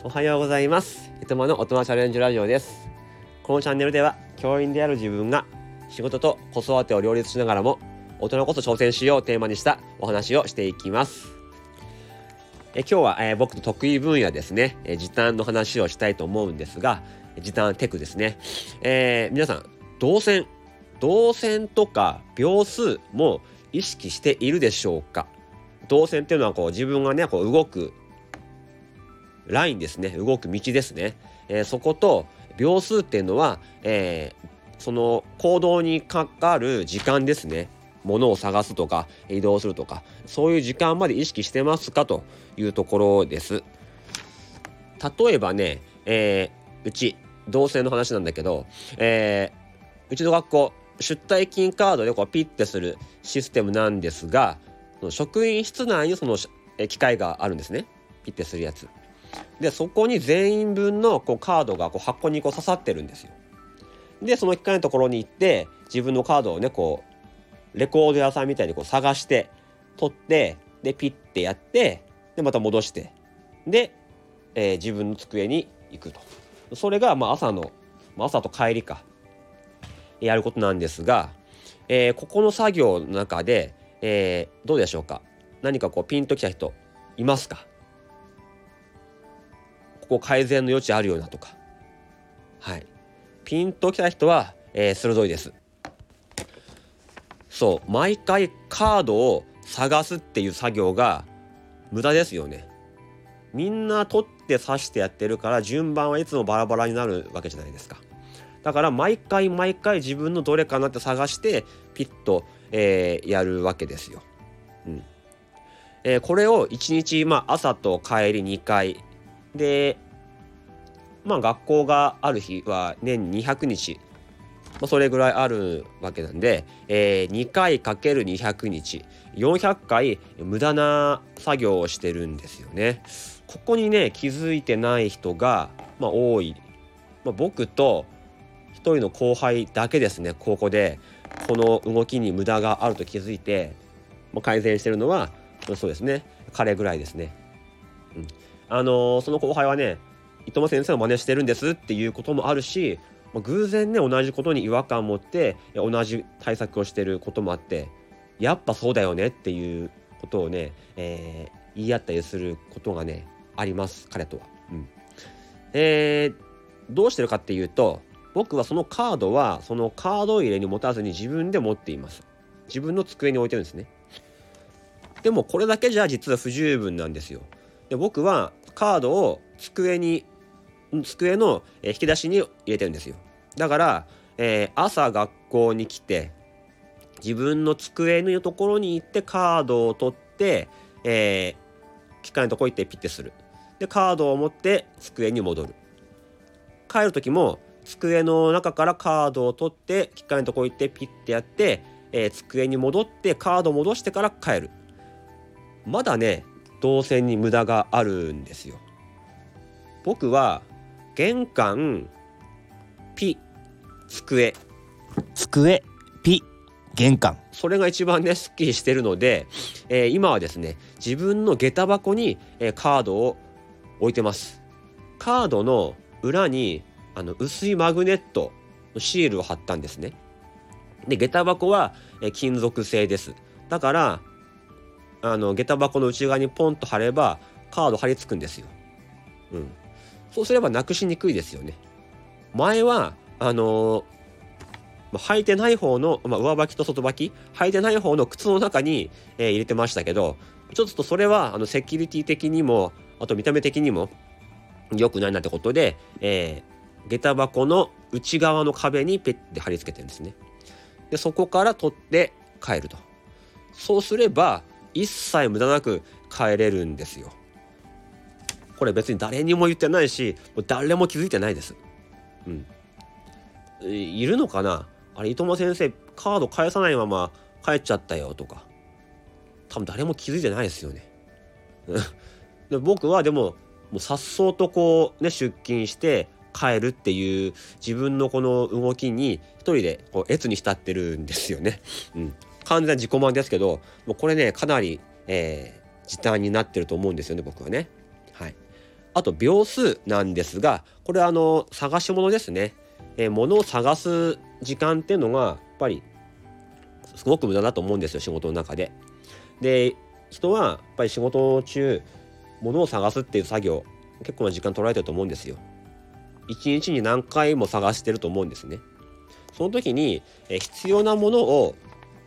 おはようございます。いとまの大人チャレンジラジオです。このチャンネルでは教員である自分が仕事と子育てを両立しながらも大人こそ挑戦しようをテーマにしたお話をしていきます。今日は、僕の得意分野ですね、時短の話をしたいと思うんですが、時短テクですね。皆さん動線とか秒数も意識しているでしょうか。動線っていうのは自分がね動くラインですね、動く道ですね。そこと秒数っていうのは、その行動にかかる時間ですね。物を探すとか移動するとか、そういう時間まで意識してますかというところです。例えばね、うち同性の話なんだけど、うちの学校出退勤カードでピッてするシステムなんですが、職員室内にその機械があるんですね。ピッてするやつで、そこに全員分のカードが箱に刺さってるんですよ。でその機械のところに行って自分のカードをねレコード屋さんみたいに探して取って、でピッてやって、でまた戻して、で、自分の机に行くと。それが朝と帰りかやることなんですが、ここの作業の中で、どうでしょうか。何かピンときた人いますか。ここ改善の余地あるようなとか。はい、ピンときた人は、鋭いです。そう、毎回カードを探すっていう作業が無駄ですよね。みんな取って刺してやってるから順番はいつもバラバラになるわけじゃないですか。だから毎回自分のどれかなって探してピッと、やるわけですよ。これを1日、朝と帰り2回で、学校がある日は年に200日、それぐらいあるわけなんで、2回 ×200 日400回無駄な作業をしてるんですよね。ここにね気づいてない人が、多い、僕と一人の後輩だけですね。高校でこの動きに無駄があると気づいて、改善してるのはそうですね、彼ぐらいですね。その後輩はね、伊藤先生の真似してるんですっていうこともあるし、偶然ね同じことに違和感を持って同じ対策をしてることもあって、やっぱそうだよねっていうことをね、言い合ったりすることがねあります、彼とは。どうしてるかっていうと、僕はそのカードはそのカード入れに持たずに自分で持っています。自分の机に置いてるんですね。でもこれだけじゃ実は不十分なんですよ。で、僕はカードを机の引き出しに入れてるんですよ。だから、朝学校に来て自分の机のところに行ってカードを取って、機械のところ行ってピッてする。でカードを持って机に戻る。帰る時も机の中からカードを取って機械のところ行ってピッてやって、机に戻ってカードを戻してから帰る。まだね動線に無駄があるんですよ。僕は玄関ピ机ピ玄関、 それが一番ねすっきりしてるので、今はですね自分の下駄箱に、カードを置いてます。カードの裏に薄いマグネットのシールを貼ったんですね。で下駄箱は、金属製です。だから下駄箱の内側にポンと貼ればカード貼り付くんですよ。そうすればなくしにくいですよね。前は履いてない方の、上履きと外履き履いてない方の靴の中に、入れてましたけど、ちょっとそれはセキュリティ的にもあと見た目的にも良くないなってことで、下駄箱の内側の壁にペッて貼り付けてるんですね。でそこから取って帰ると。そうすれば一切無駄なく帰れるんですよ。これ別に誰にも言ってないし、誰も気づいてないです。いるのかな、あれ、伊藤先生カード返さないまま帰っちゃったよとか、多分誰も気づいてないですよね。で僕はでも颯爽と出勤して帰るっていう自分のこの動きに一人で悦に浸ってるんですよね。完全自己満ですけど、もうこれねかなり、時短になってると思うんですよね、僕はね。はい。 あと秒数なんですが、これは探し物ですね。物を探す時間っていうのがやっぱりすごく無駄だと思うんですよ、仕事の中で。で、人はやっぱり仕事中物を探すっていう作業結構な時間取られてると思うんですよ。一日に何回も探してると思うんですね。その時に必要なものを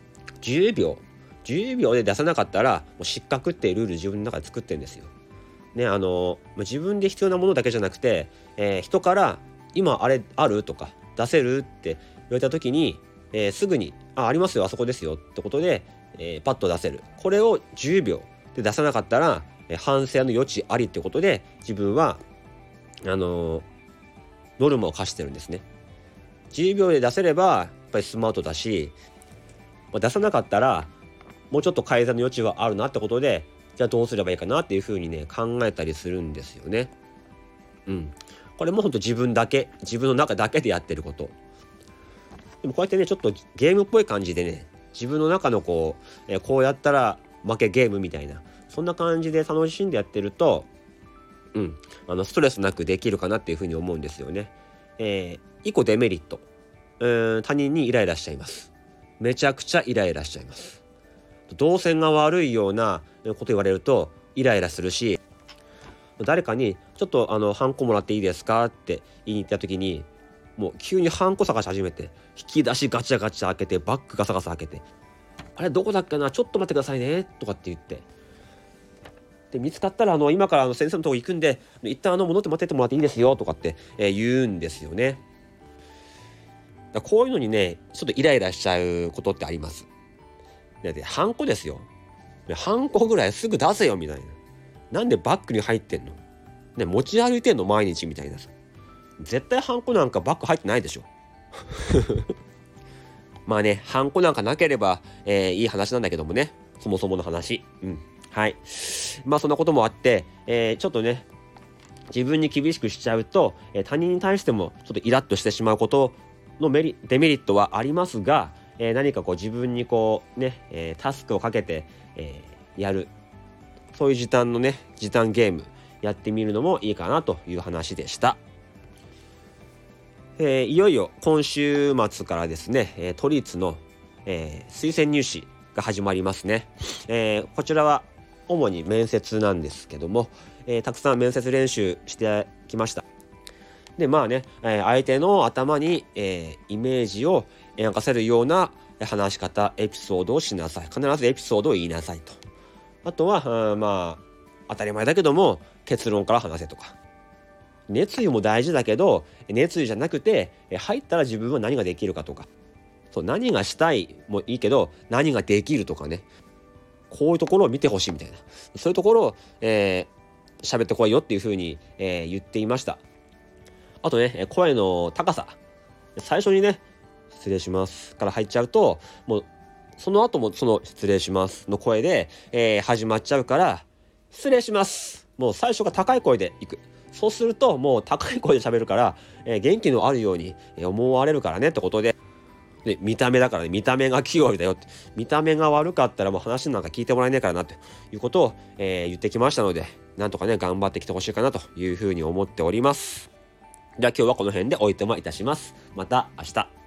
10秒で出さなかったらもう失格っていうルール自分の中で作ってるんですよ。ね、自分で必要なものだけじゃなくて、人から今あれあるとか出せるって言われた時に、すぐにありますよ、あそこですよってことで、パッと出せる。これを10秒で出さなかったら、反省の余地ありってことで自分はノルマを課してるんですね。10秒で出せればやっぱりスマートだし、出さなかったらもうちょっと改善の余地はあるなってことで、じゃあどうすればいいかなっていうふうにね考えたりするんですよね。これも本当自分の中だけでやってること。でもこうやってねちょっとゲームっぽい感じでね、自分の中のこうやったら負けゲームみたいな、そんな感じで楽しんでやってるとストレスなくできるかなっていうふうに思うんですよね。一個デメリット、他人にイライラしちゃいます。めちゃくちゃイライラしちゃいます。動線が悪いようなこと言われるとイライラするし、誰かにちょっとハンコもらっていいですかって言いに行った時に、もう急にハンコ探し始めて、引き出しガチャガチャ開けて、バッグガサガサ開けて、あれどこだっけな、ちょっと待ってくださいねとかって言って、で見つかったら今から先生のとこ行くんで一旦戻って待っててもらっていいですよとかって、言うんですよね。だこういうのにねちょっとイライラしちゃうことってあります。でハンコですよ。ハンコぐらいすぐ出せよみたいな。なんでバッグに入ってんの、ね、持ち歩いてんの毎日みたいなさ。絶対ハンコなんかバッグ入ってないでしょまあね、ハンコなんかなければ、いい話なんだけどもね、そもそもの話。はい。まあそんなこともあって、ちょっとね自分に厳しくしちゃうと、他人に対してもちょっとイラッとしてしまうことのデメリットはありますが、何かこう自分にこうね、タスクをかけて、やる、そういう時短ゲームやってみるのもいいかなという話でした。いよいよ今週末からですね、都立の、推薦入試が始まりますね。こちらは主に面接なんですけども、たくさん面接練習してきました。でまあね、相手の頭に、イメージを描かせるような話し方、エピソードをしなさい。必ずエピソードを言いなさいと。あとはまあ当たり前だけども結論から話せとか。熱意も大事だけど、熱意じゃなくて入ったら自分は何ができるかとか、そう何がしたいもいいけど何ができるとかね、こういうところを見てほしいみたいな、そういうところを喋ってこいよっていう風に、言っていました。あとね、声の高さ、最初にね失礼しますから入っちゃうと、もうその後もその失礼しますの声で、始まっちゃうから、失礼します、もう最初が高い声でいく。そうするともう高い声で喋るから、元気のあるように思われるからねってことで、見た目だからね、見た目がキーワードだよって、見た目が悪かったらもう話なんか聞いてもらえねえからなということを、言ってきましたので、なんとかね頑張ってきてほしいかなというふうに思っております。じゃあ今日はこの辺でおいとまいたします。また明日。